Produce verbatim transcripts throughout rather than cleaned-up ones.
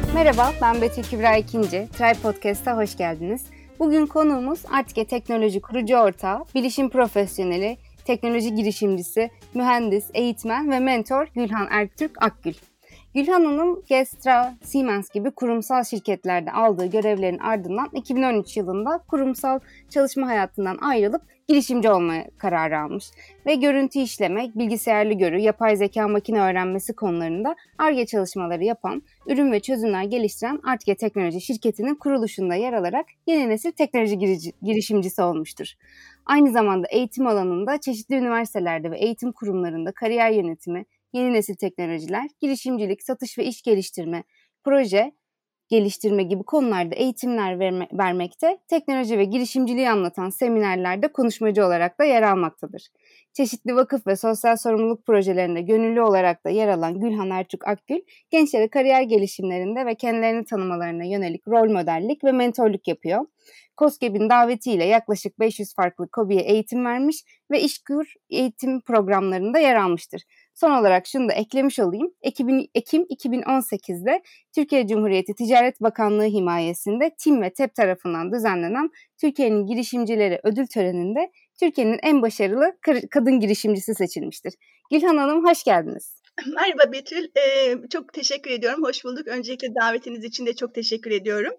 Merhaba, ben Betül Kübra İkinci. Try Podcast'a hoş geldiniz. Bugün konuğumuz Artike Teknoloji kurucu ortağı, bilişim profesyoneli, teknoloji girişimcisi, mühendis, eğitmen ve mentor Gülhan Ertürk Akgül. Gülhan Hanım, Gestra, Siemens gibi kurumsal şirketlerde aldığı görevlerin ardından iki bin on üç yılında kurumsal çalışma hayatından ayrılıp girişimci olmaya kararı almış ve görüntü işleme, bilgisayarlı görü, yapay zeka makine öğrenmesi konularında Ar-Ge çalışmaları yapan, ürün ve çözümler geliştiren Artike Teknoloji şirketinin kuruluşunda yer alarak yeni nesil teknoloji girişimcisi olmuştur. Aynı zamanda eğitim alanında çeşitli üniversitelerde ve eğitim kurumlarında kariyer yönetimi, yeni nesil teknolojiler, girişimcilik, satış ve iş geliştirme, proje geliştirme gibi konularda eğitimler verme, vermekte, teknoloji ve girişimciliği anlatan seminerlerde konuşmacı olarak da yer almaktadır. Çeşitli vakıf ve sosyal sorumluluk projelerinde gönüllü olarak da yer alan Gülhan Ertürk Akgül, gençlere kariyer gelişimlerinde ve kendilerini tanımalarına yönelik rol modellik ve mentorluk yapıyor. KOSGEB'in davetiyle yaklaşık beş yüz farklı KOBİ'ye eğitim vermiş ve İşkur eğitim programlarında yer almıştır. Son olarak şunu da eklemiş olayım. Ekim iki bin on sekizde Türkiye Cumhuriyeti Ticaret Bakanlığı himayesinde TİM ve TEP tarafından düzenlenen Türkiye'nin girişimcileri ödül töreninde Türkiye'nin en başarılı kadın girişimcisi seçilmiştir. Gülhan Hanım, hoş geldiniz. Merhaba Betül, ee, çok teşekkür ediyorum. Hoş bulduk. Öncelikle davetiniz için de çok teşekkür ediyorum.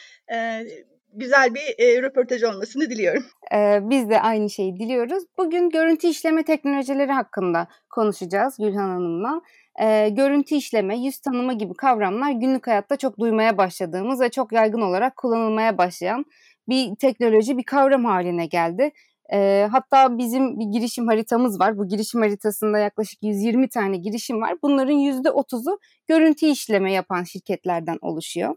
Ee, güzel bir e, röportaj olmasını diliyorum. Ee, biz de aynı şeyi diliyoruz. Bugün görüntü işleme teknolojileri hakkında konuşacağız Gülhan Hanım'la. Ee, görüntü işleme, yüz tanıma gibi kavramlar günlük hayatta çok duymaya başladığımız ve çok yaygın olarak kullanılmaya başlayan bir teknoloji, bir kavram haline geldi. Ee, hatta bizim bir girişim haritamız var. Bu girişim haritasında yaklaşık yüz yirmi tane girişim var. Bunların yüzde otuzu görüntü işleme yapan şirketlerden oluşuyor.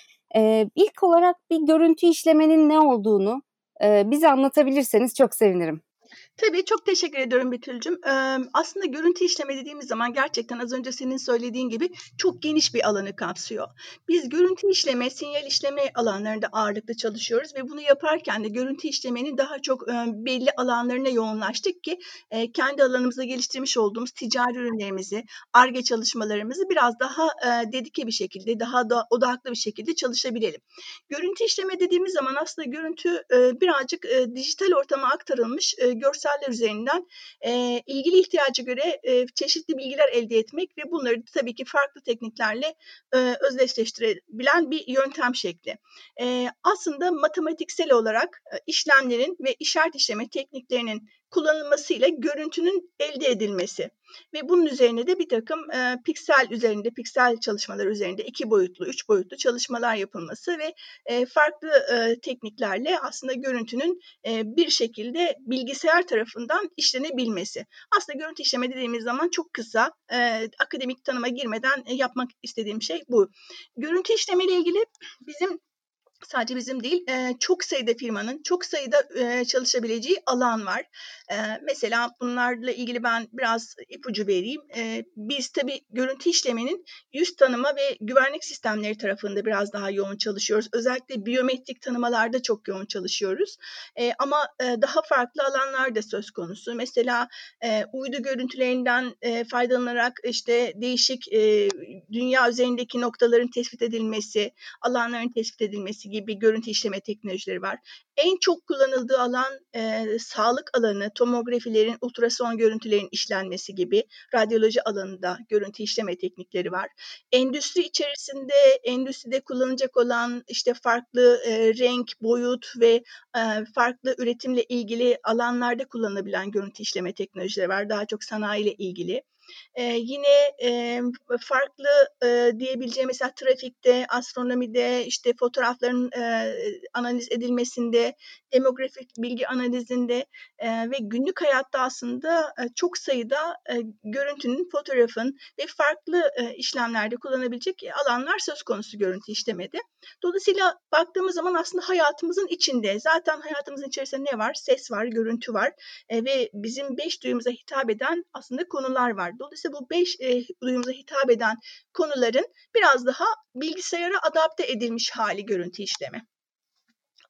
Ee, ilk olarak bir görüntü işlemenin ne olduğunu e, bize anlatabilirseniz çok sevinirim. Tabii, çok teşekkür ediyorum Betül'cüm. Ee, aslında görüntü işleme dediğimiz zaman gerçekten az önce senin söylediğin gibi çok geniş bir alanı kapsıyor. Biz görüntü işleme, sinyal işleme alanlarında ağırlıklı çalışıyoruz ve bunu yaparken de görüntü işlemenin daha çok e, belli alanlarına yoğunlaştık ki e, kendi alanımızda geliştirmiş olduğumuz ticari ürünlerimizi, Ar-Ge çalışmalarımızı biraz daha e, dedike bir şekilde, daha da odaklı bir şekilde çalışabilelim. Görüntü işleme dediğimiz zaman aslında görüntü e, birazcık e, dijital ortama aktarılmış e, görseller üzerinden e, ilgili ihtiyaca göre e, çeşitli bilgiler elde etmek ve bunları da tabii ki farklı tekniklerle e, özdeşleştirebilen bir yöntem şekli. E, aslında matematiksel olarak e, işlemlerin ve işaret işleme tekniklerinin kullanılmasıyla görüntünün elde edilmesi ve bunun üzerine de bir takım e, piksel üzerinde, piksel çalışmalar üzerinde iki boyutlu, üç boyutlu çalışmalar yapılması ve e, farklı e, tekniklerle aslında görüntünün e, bir şekilde bilgisayar tarafından işlenebilmesi. Aslında görüntü işleme dediğimiz zaman çok kısa, e, akademik tanıma girmeden e, yapmak istediğim şey bu. Görüntü işleme ile ilgili bizim sadece bizim değil, e, çok sayıda firmanın çok sayıda e, çalışabileceği alan var. E, mesela bunlarla ilgili ben biraz ipucu vereyim. E, biz tabii görüntü işlemenin yüz tanıma ve güvenlik sistemleri tarafında biraz daha yoğun çalışıyoruz. Özellikle biyometrik tanımalarda çok yoğun çalışıyoruz. E, ama e, daha farklı alanlar da söz konusu. Mesela e, uydu görüntülerinden e, faydalanarak işte değişik e, dünya üzerindeki noktaların tespit edilmesi, alanların tespit edilmesi gibi görüntü işleme teknolojileri var. En çok kullanıldığı alan e, sağlık alanı, tomografilerin, ultrason görüntülerin işlenmesi gibi radyoloji alanında görüntü işleme teknikleri var. Endüstri içerisinde, endüstride kullanılacak olan işte farklı e, renk, boyut ve e, farklı üretimle ilgili alanlarda kullanılabilen görüntü işleme teknolojileri var. Daha çok sanayiyle ilgili. Ee, yine e, farklı e, diyebileceğim mesela trafikte, astronomide, işte fotoğrafların e, analiz edilmesinde, demografik bilgi analizinde e, ve günlük hayatta aslında e, çok sayıda e, görüntünün, fotoğrafın ve farklı e, işlemlerde kullanabilecek alanlar söz konusu görüntü işlemede. Dolayısıyla baktığımız zaman aslında hayatımızın içinde, zaten hayatımızın içerisinde ne var? Ses var, görüntü var e, ve bizim beş duyumuza hitap eden aslında konular var. Dolayısıyla bu beş e, duyumuza hitap eden konuların biraz daha bilgisayara adapte edilmiş hali görüntü işleme.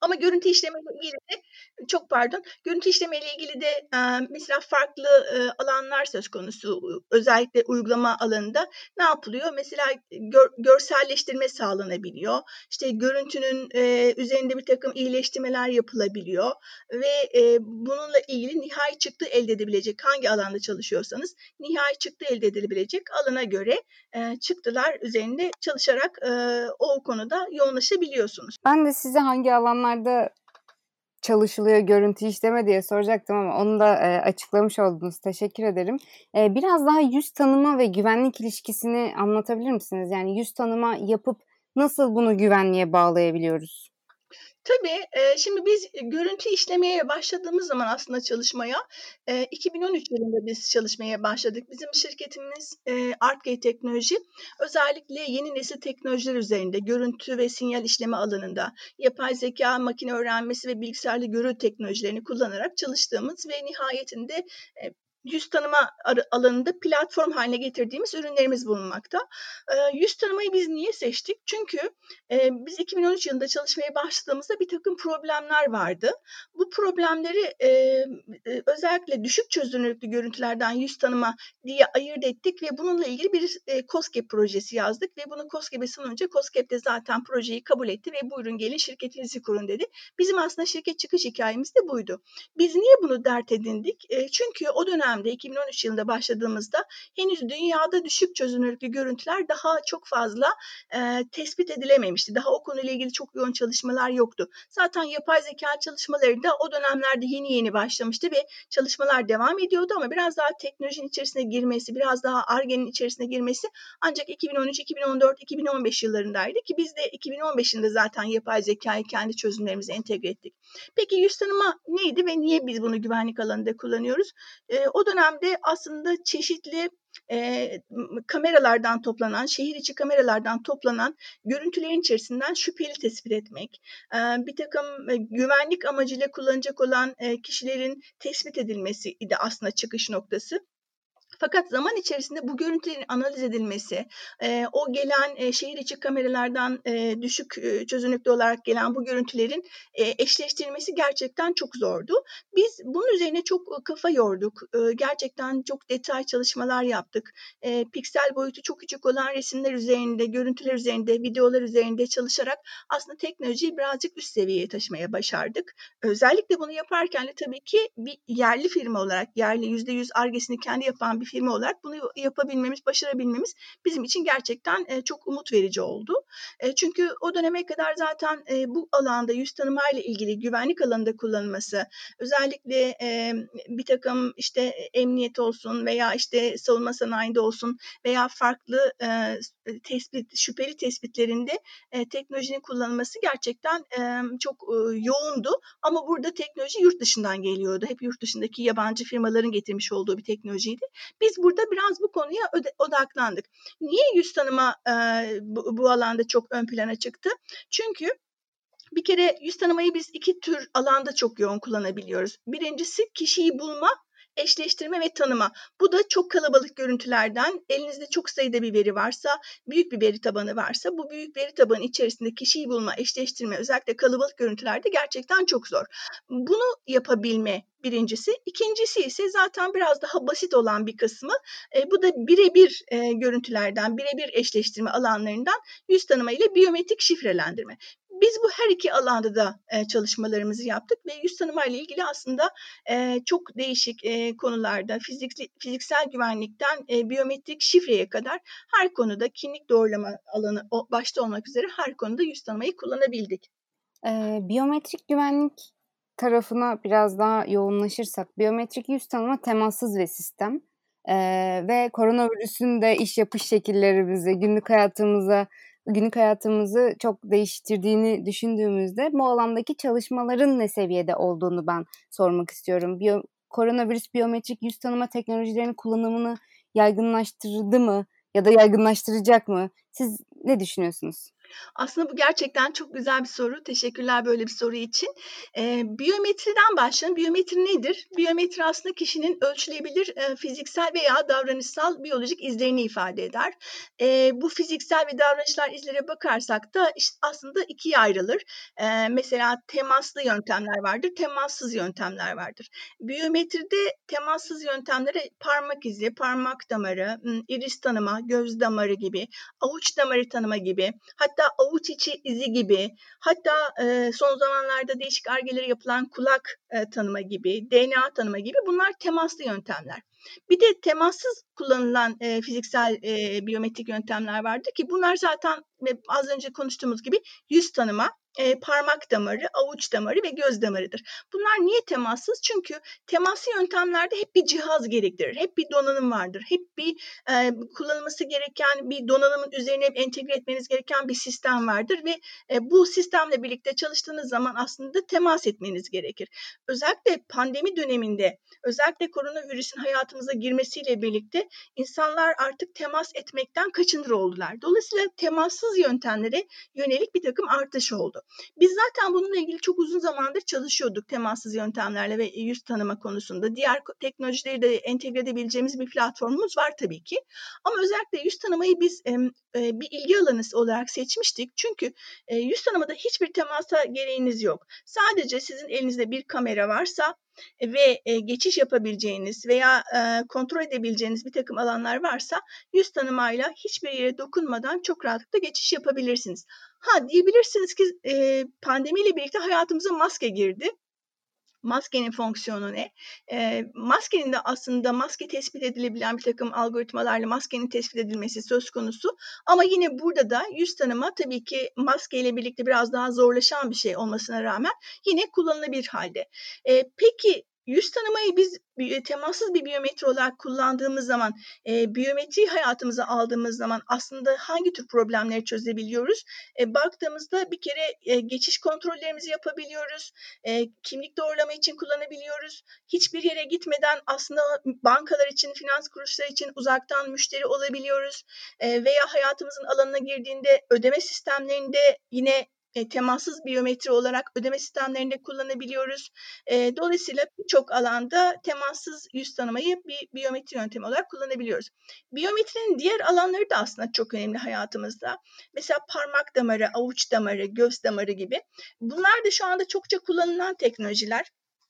Ama görüntü işlemeyle ilgili de çok pardon, görüntü işlemeyle ilgili de e, mesela farklı e, alanlar söz konusu. Özellikle uygulama alanında ne yapılıyor? Mesela gör, görselleştirme sağlanabiliyor. İşte görüntünün e, üzerinde bir takım iyileştirmeler yapılabiliyor ve e, bununla ilgili nihai çıktı elde edebilecek, hangi alanda çalışıyorsanız nihai çıktı elde edilebilecek alana göre e, çıktılar üzerinde çalışarak e, o konuda yoğunlaşabiliyorsunuz. Ben de size hangi alanlarda çalışılıyor görüntü işleme diye soracaktım ama onu da e, açıklamış oldunuz. Teşekkür ederim. E, biraz daha yüz tanıma ve güvenlik ilişkisini anlatabilir misiniz? Yani yüz tanıma yapıp nasıl bunu güvenliğe bağlayabiliyoruz? Tabii, eee, şimdi biz görüntü işlemeye başladığımız zaman aslında çalışmaya, eee, iki bin on üç yılında biz çalışmaya başladık. Bizim şirketimiz eee, Artgate Teknoloji, özellikle yeni nesil teknolojiler üzerinde, görüntü ve sinyal işleme alanında, yapay zeka, makine öğrenmesi ve bilgisayarlı görü teknolojilerini kullanarak çalıştığımız ve nihayetinde eee, yüz tanıma alanında platform haline getirdiğimiz ürünlerimiz bulunmakta. Eee, yüz tanımayı biz niye seçtik? Çünkü eee, biz iki bin on üç yılında çalışmaya başladığımızda bir takım problemler vardı. Bu problemleri eee, özellikle düşük çözünürlüklü görüntülerden yüz tanıma diye ayırt ettik ve bununla ilgili bir e, COSGAP projesi yazdık ve bunu COSGAP'e sununca COSGAP de zaten projeyi kabul etti ve buyurun gelin şirketinizi kurun dedi. Bizim aslında şirket çıkış hikayemiz de buydu. Biz niye bunu dert edindik? E, çünkü o dönemde iki bin on üç yılında başladığımızda henüz dünyada düşük çözünürlüklü görüntüler daha çok fazla e, tespit edilememişti. Daha o konuyla ilgili çok yoğun çalışmalar yoktu. Zaten yapay zeka çalışmaları da o dönemlerde yeni yeni başlamıştı ve çalışmalar devam ediyordu ama biraz daha teknolojinin içerisine girmesi, biraz daha Ar-Ge'nin içerisine girmesi ancak iki bin on üç, iki bin on dört, iki bin on beş yıllarındaydı ki biz de iki bin on beş yılında zaten yapay zekayı kendi çözümlerimize entegre ettik. Peki yüz tanıma neydi ve niye biz bunu güvenlik alanında kullanıyoruz? E, o dönemde aslında çeşitli e, kameralardan toplanan, şehir içi kameralardan toplanan görüntülerin içerisinden şüpheli tespit etmek, e, bir takım e, güvenlik amacıyla kullanacak olan e, kişilerin tespit edilmesi idi aslında çıkış noktası. Fakat zaman içerisinde bu görüntülerin analiz edilmesi, e, o gelen e, şehir içi kameralardan e, düşük e, çözünürlüklü olarak gelen bu görüntülerin e, eşleştirilmesi gerçekten çok zordu. Biz bunun üzerine çok kafa yorduk. E, gerçekten çok detay çalışmalar yaptık. E, piksel boyutu çok küçük olan resimler üzerinde, görüntüler üzerinde, videolar üzerinde çalışarak aslında teknolojiyi birazcık üst seviyeye taşımaya başardık. Özellikle bunu yaparken de tabii ki bir yerli firma olarak, yerli yüzde yüz Ar-Ge'sini kendi yapan bir firma olarak bunu yapabilmemiz, başarabilmemiz bizim için gerçekten e, çok umut verici oldu. E, çünkü o döneme kadar zaten e, bu alanda yüz tanımayla ilgili güvenlik alanında kullanılması, özellikle e, bir takım işte emniyet olsun veya işte savunma sanayinde olsun veya farklı e, tespit, şüpheli tespitlerinde e, teknolojinin kullanılması gerçekten e, çok e, yoğundu. Ama burada teknoloji yurt dışından geliyordu. Hep yurt dışındaki yabancı firmaların getirmiş olduğu bir teknolojiydi. Biz burada biraz bu konuya odaklandık. Niye yüz tanıma e, bu, bu alanda çok ön plana çıktı? Çünkü bir kere yüz tanımayı biz iki tür alanda çok yoğun kullanabiliyoruz. Birincisi kişiyi bulma, eşleştirme ve tanıma. Bu da çok kalabalık görüntülerden elinizde çok sayıda bir veri varsa, büyük bir veri tabanı varsa bu büyük veri tabanı içerisinde kişiyi bulma, eşleştirme özellikle kalabalık görüntülerde gerçekten çok zor. Bunu yapabilme birincisi. İkincisi ise zaten biraz daha basit olan bir kısmı. E, bu da birebir e, görüntülerden, birebir eşleştirme alanlarından yüz tanıma ile biyometrik şifrelendirme. Biz bu her iki alanda da e, çalışmalarımızı yaptık ve yüz tanıma ile ilgili aslında e, çok değişik e, konularda fizik, fiziksel güvenlikten e, biyometrik şifreye kadar her konuda kimlik doğrulama alanı o, başta olmak üzere her konuda yüz tanımayı kullanabildik. E, biyometrik güvenlik tarafına biraz daha yoğunlaşırsak, biyometrik yüz tanıma temassız bir sistem e, ve koronavirüsün de iş yapış şekillerimizi, günlük hayatımıza günlük hayatımızı çok değiştirdiğini düşündüğümüzde bu alandaki çalışmaların ne seviyede olduğunu ben sormak istiyorum. Biyo, koronavirüs biyometrik yüz tanıma teknolojilerinin kullanımını yaygınlaştırdı mı ya da yaygınlaştıracak mı? Siz ne düşünüyorsunuz? Aslında bu gerçekten çok güzel bir soru. Teşekkürler böyle bir soru için. Eee, biyometriden başlayalım. Biyometri nedir? Biyometri aslında kişinin ölçülebilir e, fiziksel veya davranışsal biyolojik izlerini ifade eder. Eee, bu fiziksel ve davranışlar izlere bakarsak da işte aslında ikiye ayrılır. Eee, mesela temaslı yöntemler vardır, temassız yöntemler vardır. Biyometride temassız yöntemlere parmak izi, parmak damarı, iris tanıma, göz damarı gibi, avuç damarı tanıma gibi, hatta avuç içi izi gibi, hatta e, son zamanlarda değişik argeleri yapılan kulak e, tanıma gibi, D N A tanıma gibi bunlar temaslı yöntemler. Bir de temassız kullanılan e, fiziksel e, biyometrik yöntemler vardı ki bunlar zaten e, az önce konuştuğumuz gibi yüz tanıma, e, parmak damarı, avuç damarı ve göz damarıdır. Bunlar niye temassız? Çünkü temaslı yöntemlerde hep bir cihaz gerektirir, hep bir donanım vardır, hep bir e, kullanılması gereken bir donanımın üzerine entegre etmeniz gereken bir sistem vardır ve e, bu sistemle birlikte çalıştığınız zaman aslında temas etmeniz gerekir. Özellikle pandemi döneminde, özellikle koronavirüsün hayatımıza girmesiyle birlikte insanlar artık temas etmekten kaçınır oldular. Dolayısıyla temassız yöntemlere yönelik bir takım artış oldu. Biz zaten bununla ilgili çok uzun zamandır çalışıyorduk temassız yöntemlerle ve yüz tanıma konusunda. Diğer teknolojileri de entegre edebileceğimiz bir platformumuz var tabii ki. Ama özellikle yüz tanımayı biz e, bir ilgi alanı olarak seçmiştik. Çünkü e, yüz tanımada hiçbir temasa gereğiniz yok. Sadece sizin elinizde bir kamera varsa ve e, geçiş yapabileceğiniz veya e, kontrol edebileceğiniz bir takım alanlar varsa yüz tanımayla hiçbir yere dokunmadan çok rahatlıkla geçiş yapabilirsiniz. Ha diyebilirsiniz ki e, pandemiyle birlikte hayatımıza maske girdi. Maskenin fonksiyonu ne? E, maskenin de aslında maske tespit edilebilen bir takım algoritmalarla maskenin tespit edilmesi söz konusu. Ama yine burada da yüz tanıma tabii ki maskeyle birlikte biraz daha zorlaşan bir şey olmasına rağmen yine kullanılabilir halde. E, peki yüz tanımayı biz temassız bir biyometri olarak kullandığımız zaman, e, biyometriyi hayatımıza aldığımız zaman aslında hangi tür problemleri çözebiliyoruz? E, baktığımızda bir kere e, geçiş kontrollerimizi yapabiliyoruz, e, kimlik doğrulama için kullanabiliyoruz. Hiçbir yere gitmeden aslında bankalar için, finans kuruluşları için uzaktan müşteri olabiliyoruz. E, veya hayatımızın alanına girdiğinde ödeme sistemlerinde yine e, temassız biyometri olarak ödeme sistemlerinde kullanabiliyoruz. E, dolayısıyla birçok alanda temassız yüz tanımayı bir biyometri yöntemi olarak kullanabiliyoruz. Biyometrinin diğer alanları da aslında çok önemli hayatımızda. Mesela parmak damarı, avuç damarı, göz damarı gibi. Bunlar da şu anda çokça kullanılan teknolojiler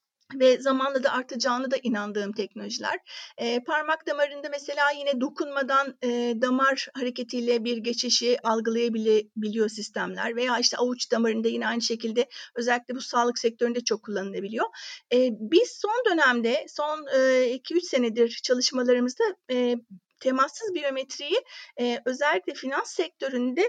ve zamanla da artacağını da inandığım teknolojiler. E, parmak damarında mesela yine dokunmadan e, damar hareketiyle bir geçişi algılayabiliyor sistemler veya işte avuç damarında yine aynı şekilde özellikle bu sağlık sektöründe çok kullanılabiliyor. E, biz son dönemde son iki üç senedir çalışmalarımızda e, temassız biyometriyi e, özellikle finans sektöründe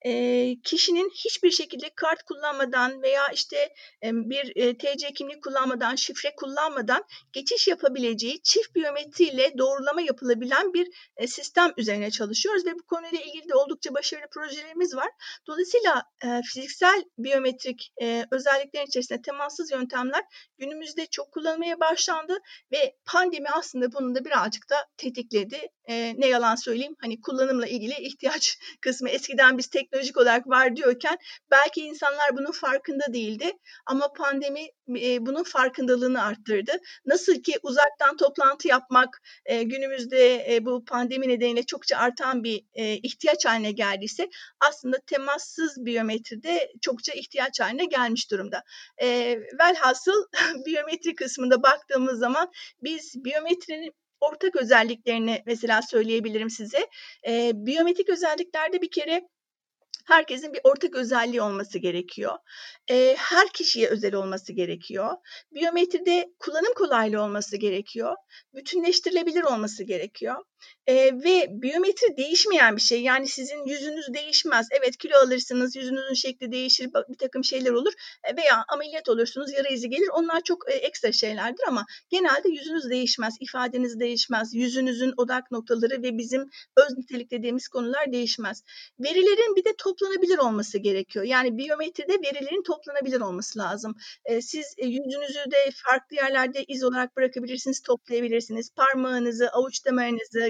e, kişinin hiçbir şekilde kart kullanmadan veya işte e, bir e, T C kimlik kullanmadan, şifre kullanmadan geçiş yapabileceği çift biyometriyle doğrulama yapılabilen bir e, sistem üzerine çalışıyoruz ve bu konuyla ilgili de oldukça başarılı projelerimiz var. Dolayısıyla e, fiziksel biyometrik e, özelliklerin içerisinde temassız yöntemler günümüzde çok kullanılmaya başlandı ve pandemi aslında bunu da birazcık da tetikledi. E, ne yalan söyleyeyim, hani kullanımla ilgili ihtiyaç kısmı eskiden biz teknolojik olarak var diyorken belki insanlar bunun farkında değildi ama pandemi e, bunun farkındalığını arttırdı. Nasıl ki uzaktan toplantı yapmak e, günümüzde e, bu pandemi nedeniyle çokça artan bir e, ihtiyaç haline geldiyse aslında temassız biyometride çokça ihtiyaç haline gelmiş durumda. E, velhasıl biyometri kısmında baktığımız zaman biz biyometrinin ortak özelliklerini mesela söyleyebilirim size. E, biyometrik özelliklerde bir kere herkesin bir ortak özelliği olması gerekiyor. E, her kişiye özel olması gerekiyor. Biyometride kullanım kolaylığı olması gerekiyor. Bütünleştirilebilir olması gerekiyor. E, ve biyometri değişmeyen bir şey. Yani sizin yüzünüz değişmez. Evet, kilo alırsınız, yüzünüzün şekli değişir, bir takım şeyler olur. E, veya ameliyat olursunuz, yara izi gelir. Onlar çok e, ekstra şeylerdir ama genelde yüzünüz değişmez, ifadeniz değişmez. Yüzünüzün odak noktaları ve bizim öz nitelik dediğimiz konular değişmez. Verilerin bir de toplanabilir olması gerekiyor. Yani biyometride verilerin toplanabilir olması lazım. E, siz e, yüzünüzü de farklı yerlerde iz olarak bırakabilirsiniz, toplayabilirsiniz. Parmağınızı, avuç damarınızı,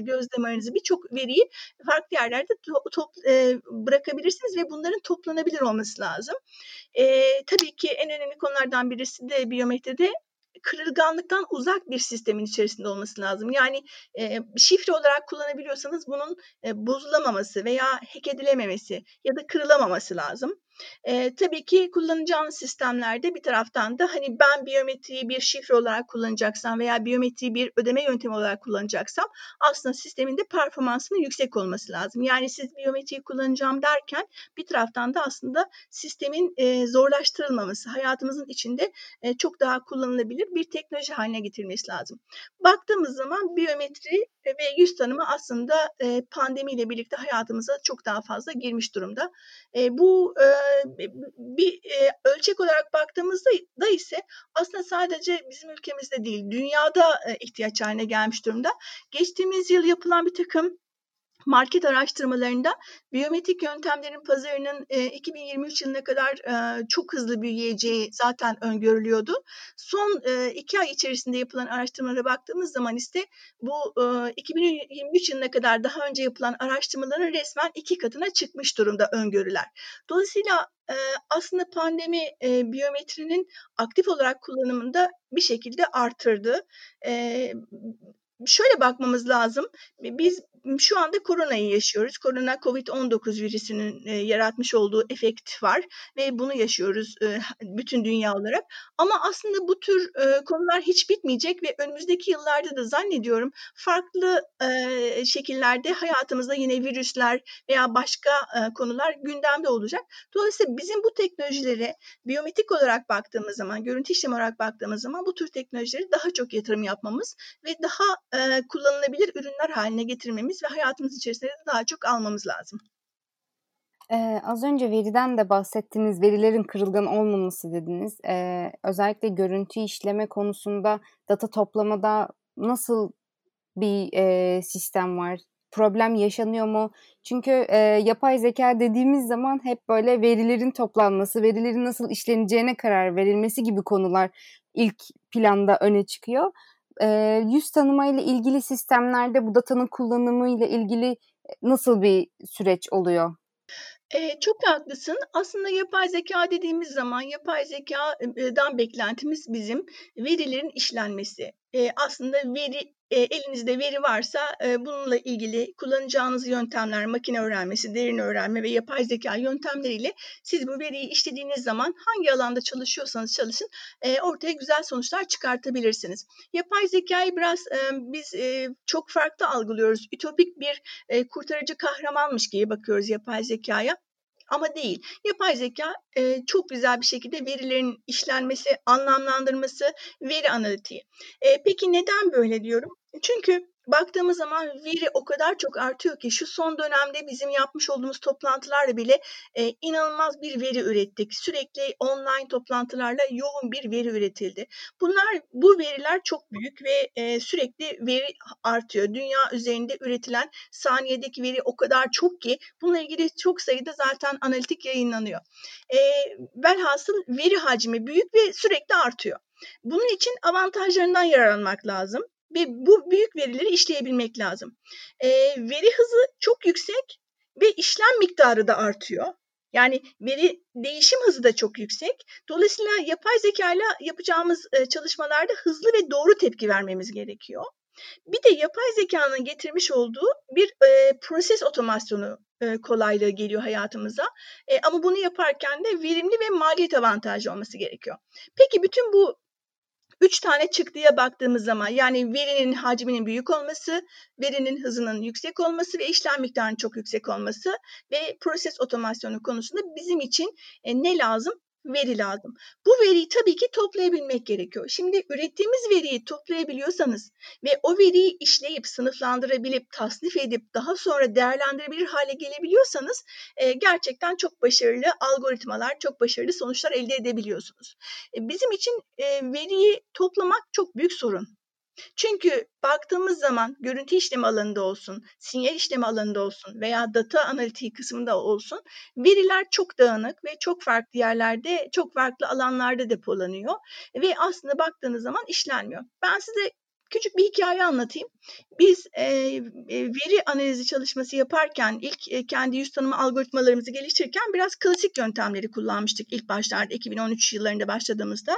gözlemlerinizi, birçok veriyi farklı yerlerde to- top- e, bırakabilirsiniz ve bunların toplanabilir olması lazım. E, tabii ki en önemli konulardan birisi de biyometride kırılganlıktan uzak bir sistemin içerisinde olması lazım. Yani e, şifre olarak kullanabiliyorsanız bunun e, bozulamaması veya hack edilememesi ya da kırılamaması lazım. E, tabii ki kullanacağınız sistemlerde bir taraftan da hani ben biyometriyi bir şifre olarak kullanacaksam veya biyometriyi bir ödeme yöntemi olarak kullanacaksam aslında sistemin de performansının yüksek olması lazım. Yani siz biyometriyi kullanacağım derken bir taraftan da aslında sistemin e, zorlaştırılmaması, hayatımızın içinde e, çok daha kullanılabilir bir teknoloji haline getirilmesi lazım. Baktığımız zaman biyometri ve yüz tanıma aslında e, pandemiyle birlikte hayatımıza çok daha fazla girmiş durumda. E, bu e, bir e, ölçek olarak baktığımızda da ise aslında sadece bizim ülkemizde değil, dünyada e, ihtiyaç haline gelmiş durumda. Geçtiğimiz yıl yapılan bir takım market araştırmalarında biyometrik yöntemlerin pazarının e, iki bin yirmi üç yılına kadar e, çok hızlı büyüyeceği zaten öngörülüyordu. Son e, iki ay içerisinde yapılan araştırmalara baktığımız zaman ise bu e, iki bin yirmi üç yılına kadar daha önce yapılan araştırmaların resmen iki katına çıkmış durumda öngörüler. Dolayısıyla e, aslında pandemi e, biyometrinin aktif olarak kullanımında bir şekilde artırdı. E, Şöyle bakmamız lazım. Biz şu anda koronayı yaşıyoruz. Korona kovid on dokuz virüsünün e, yaratmış olduğu efekt var ve bunu yaşıyoruz e, bütün dünya olarak. Ama aslında bu tür e, konular hiç bitmeyecek ve önümüzdeki yıllarda da zannediyorum farklı e, şekillerde hayatımızda yine virüsler veya başka e, konular gündemde olacak. Dolayısıyla bizim bu teknolojilere biyometrik olarak baktığımız zaman, görüntü işlemi olarak baktığımız zaman bu tür teknolojileri daha çok yatırım yapmamız ve daha e, kullanılabilir ürünler haline getirmemiz ve hayatımız içerisinde de daha çok almamız lazım. Ee, az önce veriden de bahsettiniz, verilerin kırılgan olmaması dediniz. Ee, özellikle görüntü işleme konusunda data toplamada nasıl bir e, sistem var? Problem yaşanıyor mu? Çünkü e, yapay zeka dediğimiz zaman hep böyle verilerin toplanması, verilerin nasıl işleneceğine karar verilmesi gibi konular ilk planda öne çıkıyor. E, yüz tanıma ile ilgili sistemlerde bu datanın kullanımı ile ilgili nasıl bir süreç oluyor? Eee, çok haklısın. Aslında yapay zeka dediğimiz zaman yapay zekâdan beklentimiz bizim verilerin işlenmesi. Eee, aslında veri, eee, elinizde veri varsa, eee, bununla ilgili kullanacağınız yöntemler, makine öğrenmesi, derin öğrenme ve yapay zeka yöntemleriyle siz bu veriyi işlediğiniz zaman hangi alanda çalışıyorsanız çalışın, eee, ortaya güzel sonuçlar çıkartabilirsiniz. Yapay zekâyı biraz, emm, biz, eee, çok farklı algılıyoruz. Ütopik bir, eee, kurtarıcı kahramanmış gibi bakıyoruz yapay zekâya. Ama değil. Yapay zeka eee, çok güzel bir şekilde verilerin işlenmesi, anlamlandırması, veri analitiği. Eee, peki neden böyle diyorum? Çünkü baktığımız zaman veri o kadar çok artıyor ki şu son dönemde bizim yapmış olduğumuz toplantılarla bile eee, inanılmaz bir veri ürettik. Sürekli online toplantılarla yoğun bir veri üretildi. Bunlar, bu veriler çok büyük ve eee, sürekli veri artıyor. Dünya üzerinde üretilen saniyedeki veri o kadar çok ki bununla ilgili çok sayıda zaten analitik yayınlanıyor. E, velhasıl veri hacmi büyük ve sürekli artıyor. Bunun için avantajlarından yararlanmak lazım ve bu büyük verileri işleyebilmek lazım. E, veri hızı çok yüksek ve işlem miktarı da artıyor. Yani veri değişim hızı da çok yüksek. Dolayısıyla yapay zeka ile yapacağımız çalışmalarda hızlı ve doğru tepki vermemiz gerekiyor. Bir de yapay zekanın getirmiş olduğu bir e, proses otomasyonu e, kolaylığı geliyor hayatımıza. E, ama bunu yaparken de verimli ve maliyet avantajlı olması gerekiyor. Peki bütün bu üç tane çıktıya baktığımız zaman, yani verinin hacminin büyük olması, verinin hızının yüksek olması ve işlem miktarının çok yüksek olması ve proses otomasyonu konusunda bizim için e, ne lazım? Veri lazım. Bu veriyi tabii ki toplayabilmek gerekiyor. Şimdi ürettiğimiz veriyi toplayabiliyorsanız ve o veriyi işleyip, sınıflandırabilip, tasnif edip daha sonra değerlendirebilir hale gelebiliyorsanız e, gerçekten çok başarılı algoritmalar, çok başarılı sonuçlar elde edebiliyorsunuz. E, bizim için e, veriyi toplamak çok büyük sorun. Çünkü baktığımız zaman görüntü işlemi alanında olsun, sinyal işlemi alanında olsun veya data analitiği kısmında olsun, veriler çok dağınık ve çok farklı yerlerde, çok farklı alanlarda depolanıyor ve aslında baktığınız zaman işlenmiyor. Ben size Küçük bir hikaye anlatayım. Biz e, e, veri analizi çalışması yaparken ilk e, kendi yüz tanıma algoritmalarımızı geliştirirken biraz klasik yöntemleri kullanmıştık ilk başlarda iki bin on üç yıllarında başladığımızda.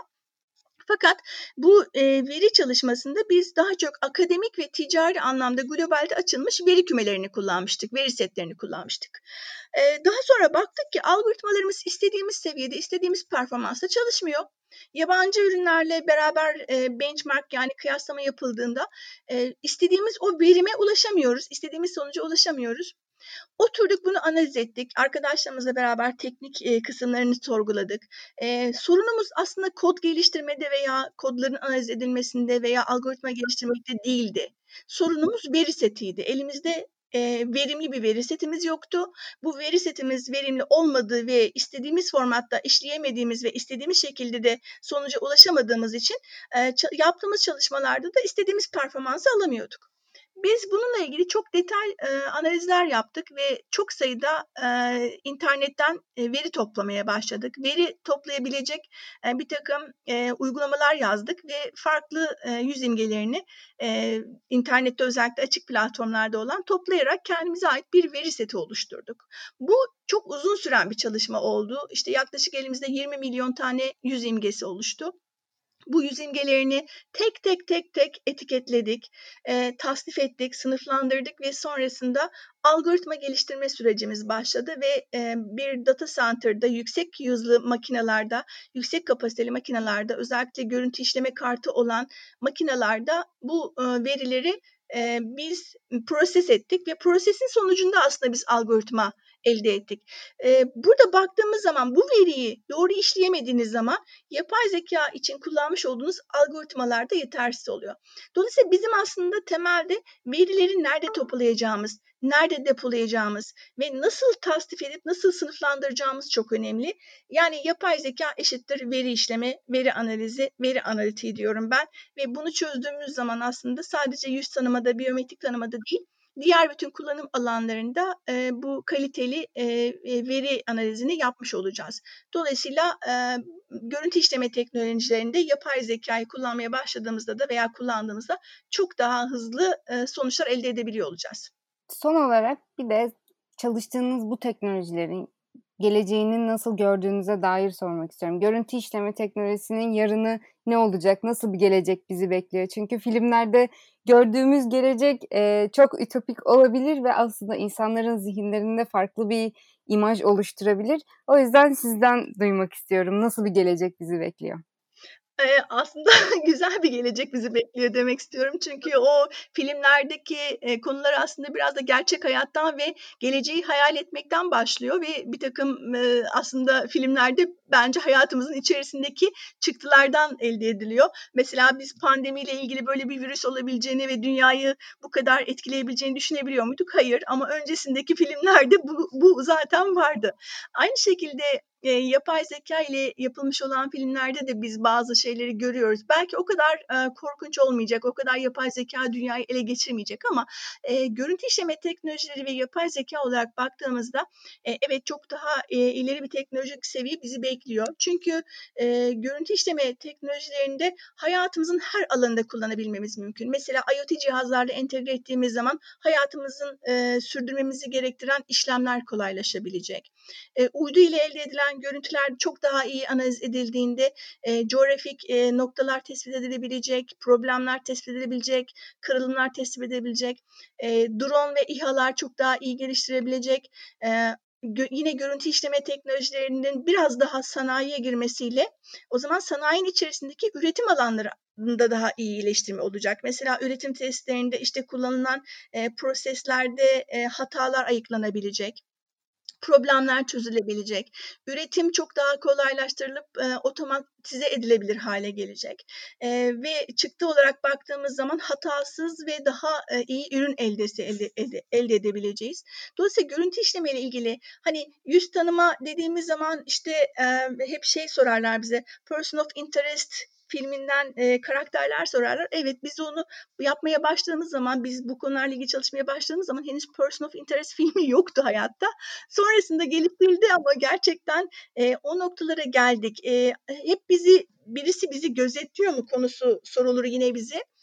Fakat bu e, veri çalışmasında biz daha çok akademik ve ticari anlamda globalde açılmış veri kümelerini kullanmıştık, veri setlerini kullanmıştık. E, daha sonra baktık ki algoritmalarımız istediğimiz seviyede, istediğimiz performansta çalışmıyor. Yabancı ürünlerle beraber e, benchmark yani kıyaslama yapıldığında e, istediğimiz o verime ulaşamıyoruz, istediğimiz sonuca ulaşamıyoruz. Oturduk bunu analiz ettik. Arkadaşlarımızla beraber teknik e, kısımlarını sorguladık. E, sorunumuz aslında kod geliştirmede veya kodların analiz edilmesinde veya algoritma geliştirmekte değildi. Sorunumuz veri setiydi. Elimizde e, verimli bir veri setimiz yoktu. Bu veri setimiz verimli olmadığı ve istediğimiz formatta işleyemediğimiz ve istediğimiz şekilde de sonuca ulaşamadığımız için e, yaptığımız çalışmalarda da istediğimiz performansı alamıyorduk. Biz bununla ilgili çok detay e, analizler yaptık ve çok sayıda e, internetten e, veri toplamaya başladık. Veri toplayabilecek e, bir takım e, uygulamalar yazdık ve farklı e, yüz imgelerini e, internette özellikle açık platformlarda olan toplayarak kendimize ait bir veri seti oluşturduk. Bu çok uzun süren bir çalışma oldu. İşte yaklaşık elimizde yirmi milyon tane yüz imgesi oluştu. Bu yüz imgelerini tek tek tek tek etiketledik, e, tasnif ettik, sınıflandırdık ve sonrasında algoritma geliştirme sürecimiz başladı ve e, bir data center'da yüksek hızlı makinalarda, yüksek kapasiteli makinalarda, özellikle görüntü işleme kartı olan makinalarda bu e, verileri e, biz proses ettik ve prosesin sonucunda aslında biz algoritma elde ettik. E, burada baktığımız zaman bu veriyi doğru işleyemediğiniz zaman yapay zeka için kullanmış olduğunuz algoritmalar da yetersiz oluyor. Dolayısıyla bizim aslında temelde verileri nerede toplayacağımız, nerede depolayacağımız ve nasıl tasnif edip nasıl sınıflandıracağımız çok önemli. Yani yapay zeka eşittir veri işleme, veri analizi, veri analitiği diyorum ben ve bunu çözdüğümüz zaman aslında sadece yüz tanımada, biyometrik tanımada değil, diğer bütün kullanım alanlarında e, bu kaliteli e, veri analizini yapmış olacağız. Dolayısıyla e, görüntü işleme teknolojilerinde yapay zekayı kullanmaya başladığımızda da veya kullandığımızda çok daha hızlı e, sonuçlar elde edebiliyor olacağız. Son olarak bir de çalıştığınız bu teknolojilerin geleceğini nasıl gördüğünüze dair sormak istiyorum. Görüntü işleme teknolojisinin yarını ne olacak? Nasıl bir gelecek bizi bekliyor? Çünkü filmlerde gördüğümüz gelecek e, çok ütopik olabilir ve aslında insanların zihinlerinde farklı bir imaj oluşturabilir. O yüzden sizden duymak istiyorum. Nasıl bir gelecek bizi bekliyor? Eee, aslında güzel bir gelecek bizi bekliyor demek istiyorum. Çünkü o filmlerdeki, eee, konular aslında biraz da gerçek hayattan ve geleceği hayal etmekten başlıyor ve birtakım, eee, aslında filmlerde bence hayatımızın içerisindeki çıktılardan elde ediliyor. Mesela biz pandemiyle ilgili böyle bir virüs olabileceğini ve dünyayı bu kadar etkileyebileceğini düşünebiliyor muyduk? Hayır, ama öncesindeki filmlerde bu bu zaten vardı. Aynı şekilde Eee, yapay zeka ile yapılmış olan filmlerde de biz bazı şeyleri görüyoruz. Belki o kadar, eee, korkunç olmayacak, o kadar yapay zeka dünyayı ele geçirmeyecek ama, eee, görüntü işleme teknolojileri ve yapay zeka olarak baktığımızda, eee, evet, çok daha, eee, ileri bir teknolojik seviye bizi bekliyor. Çünkü, eee, görüntü işleme teknolojilerinde hayatımızın her alanında kullanabilmemiz mümkün. Mesela IoT cihazlarla entegre ettiğimiz zaman hayatımızın, eee, sürdürmemizi gerektiren işlemler kolaylaşabilecek. Eee, uydu ile elde edilen görüntüler çok daha iyi analiz edildiğinde e, coğrafik e, noktalar tespit edilebilecek, problemler tespit edilebilecek, kırılımlar tespit edilebilecek, e, drone ve İHA'lar çok daha iyi geliştirebilecek. E, gö- yine görüntü işleme teknolojilerinin biraz daha sanayiye girmesiyle o zaman sanayinin içerisindeki üretim alanları da daha iyi iyileştirme olacak. Mesela üretim testlerinde işte kullanılan e, proseslerde e, hatalar ayıklanabilecek, problemler çözülebilecek, üretim çok daha kolaylaştırılıp e, otomatize edilebilir hale gelecek e, ve çıktı olarak baktığımız zaman hatasız ve daha e, iyi ürün eldesi elde, elde, elde edebileceğiz. Dolayısıyla görüntü işleme ile ilgili hani yüz tanıma dediğimiz zaman işte e, hep şey sorarlar bize, person of interest filminden e, karakterler sorarlar. Evet, biz onu yapmaya başladığımız zaman, biz bu konularla ilgili çalışmaya başladığımız zaman henüz person of interest filmi yoktu hayatta. Sonrasında geliştirildi ama gerçekten e, o noktalara geldik. E, hep bizi birisi bizi gözetliyor mu konusu sorulur yine bize.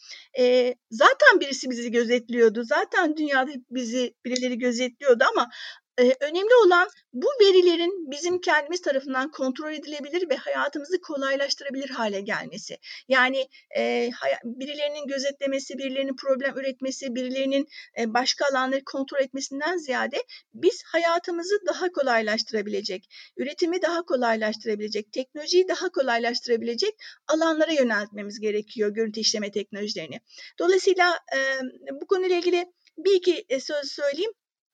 E, zaten birisi bizi gözetliyordu. Zaten dünyada bizi birileri gözetliyordu ama Ee, önemli olan bu verilerin bizim kendimiz tarafından kontrol edilebilir ve hayatımızı kolaylaştırabilir hale gelmesi. Yani e, birilerinin gözetlemesi, birilerinin problem üretmesi, birilerinin e, başka alanları kontrol etmesinden ziyade biz hayatımızı daha kolaylaştırabilecek, üretimi daha kolaylaştırabilecek, teknolojiyi daha kolaylaştırabilecek alanlara yöneltmemiz gerekiyor görüntü işleme teknolojilerini. Dolayısıyla e, bu konuyla ilgili bir iki söz söyleyeyim.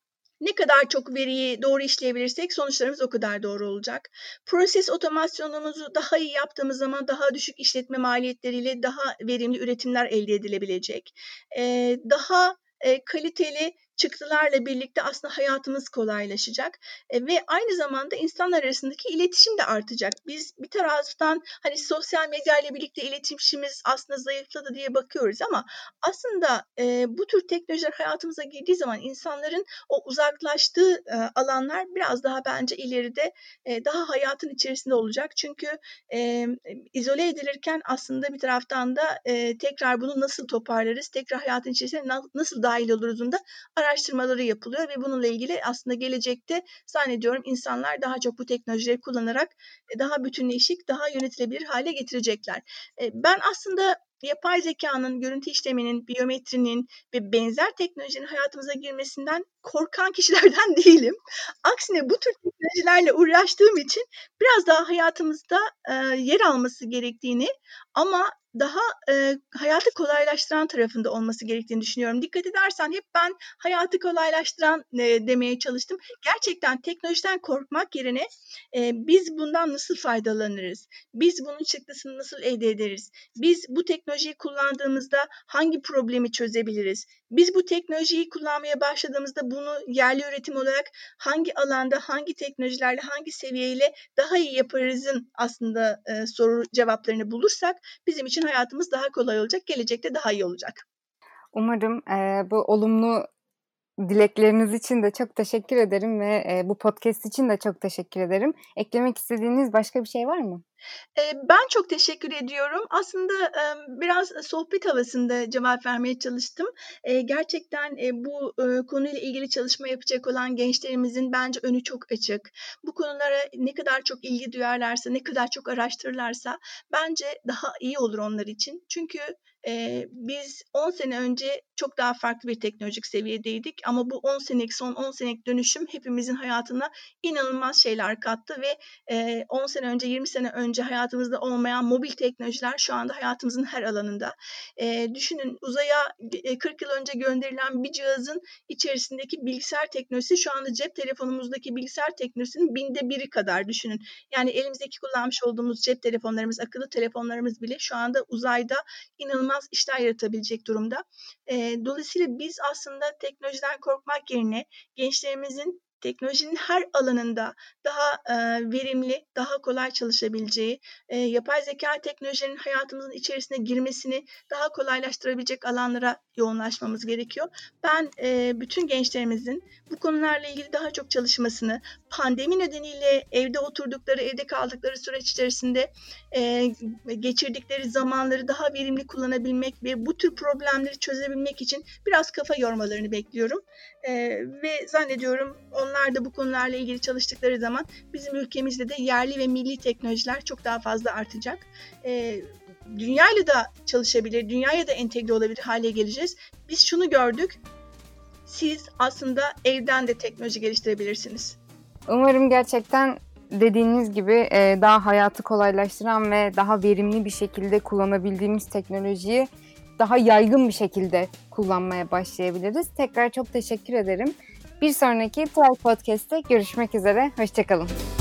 Ne kadar çok veriyi doğru işleyebilirsek sonuçlarımız o kadar doğru olacak. Proses otomasyonumuzu daha iyi yaptığımız zaman daha düşük işletme maliyetleriyle daha verimli üretimler elde edilebilecek. Ee, daha e, kaliteli çıktılarla birlikte aslında hayatımız kolaylaşacak e, ve aynı zamanda insanlar arasındaki iletişim de artacak. Biz bir taraftan hani sosyal medya ile birlikte iletişimimiz aslında zayıfladı diye bakıyoruz ama aslında e, bu tür teknolojiler hayatımıza girdiği zaman insanların o uzaklaştığı e, alanlar biraz daha bence ileride e, daha hayatın içerisinde olacak. Çünkü e, izole edilirken aslında bir taraftan da e, tekrar bunu nasıl toparlarız, tekrar hayatın içerisine na- nasıl dahil oluruzun da araştırmaları yapılıyor ve bununla ilgili aslında gelecekte zannediyorum insanlar daha çok bu teknolojileri kullanarak daha bütünleşik, daha yönetilebilir hale getirecekler. Ben aslında yapay zekanın, görüntü işleminin, biyometrinin ve benzer teknolojinin hayatımıza girmesinden korkan kişilerden değilim. Aksine bu tür teknolojilerle uğraştığım için biraz daha hayatımızda e, yer alması gerektiğini ama daha e, hayatı kolaylaştıran tarafında olması gerektiğini düşünüyorum. Dikkat edersen hep ben hayatı kolaylaştıran e, demeye çalıştım. Gerçekten teknolojiden korkmak yerine e, biz bundan nasıl faydalanırız? Biz bunun çıktısını nasıl elde ederiz? Biz bu teknolojiyi kullandığımızda hangi problemi çözebiliriz? Biz bu teknolojiyi kullanmaya başladığımızda bunu yerli üretim olarak hangi alanda, hangi teknolojilerle, hangi seviyeyle daha iyi yaparızın aslında e, soru cevaplarını bulursak bizim için hayatımız daha kolay olacak, gelecekte daha iyi olacak. Umarım e, bu olumlu dilekleriniz için de çok teşekkür ederim ve e, bu podcast için de çok teşekkür ederim. Eklemek istediğiniz başka bir şey var mı? Ben çok teşekkür ediyorum. Aslında biraz sohbet havasında cevap vermeye çalıştım. Gerçekten bu konuyla ilgili çalışma yapacak olan gençlerimizin bence önü çok açık. Bu konulara ne kadar çok ilgi duyarlarsa, ne kadar çok araştırırlarsa bence daha iyi olur onlar için. Çünkü Ee, biz on sene önce çok daha farklı bir teknolojik seviyedeydik ama bu on senelik son on senelik dönüşüm hepimizin hayatına inanılmaz şeyler kattı ve e, on sene önce yirmi sene önce hayatımızda olmayan mobil teknolojiler şu anda hayatımızın her alanında. E, düşünün uzaya kırk yıl önce gönderilen bir cihazın içerisindeki bilgisayar teknolojisi şu anda cep telefonumuzdaki bilgisayar teknolojisinin binde biri kadar düşünün. Yani elimizdeki kullanmış olduğumuz cep telefonlarımız, akıllı telefonlarımız bile şu anda uzayda inanılmaz işler yaratabilecek durumda. E, dolayısıyla biz aslında teknolojiden korkmak yerine gençlerimizin teknolojinin her alanında daha e, verimli, daha kolay çalışabileceği, e, yapay zeka teknolojilerinin hayatımızın içerisine girmesini daha kolaylaştırabilecek alanlara yoğunlaşmamız gerekiyor. Ben e, bütün gençlerimizin bu konularla ilgili daha çok çalışmasını, pandemi nedeniyle evde oturdukları, evde kaldıkları süreç içerisinde e, geçirdikleri zamanları daha verimli kullanabilmek ve bu tür problemleri çözebilmek için biraz kafa yormalarını bekliyorum. E, ve zannediyorum onlar da bu konularla ilgili çalıştıkları zaman bizim ülkemizde de yerli ve milli teknolojiler çok daha fazla artacak. E, dünyayla da çalışabilir, dünyaya da entegre olabilir hale geleceğiz. Biz şunu gördük, siz aslında evden de teknoloji geliştirebilirsiniz. Umarım gerçekten dediğiniz gibi daha hayatı kolaylaştıran ve daha verimli bir şekilde kullanabildiğimiz teknolojiyi daha yaygın bir şekilde kullanmaya başlayabiliriz. Tekrar çok teşekkür ederim. Bir sonraki Try Podcast'te görüşmek üzere. Hoşça kalın.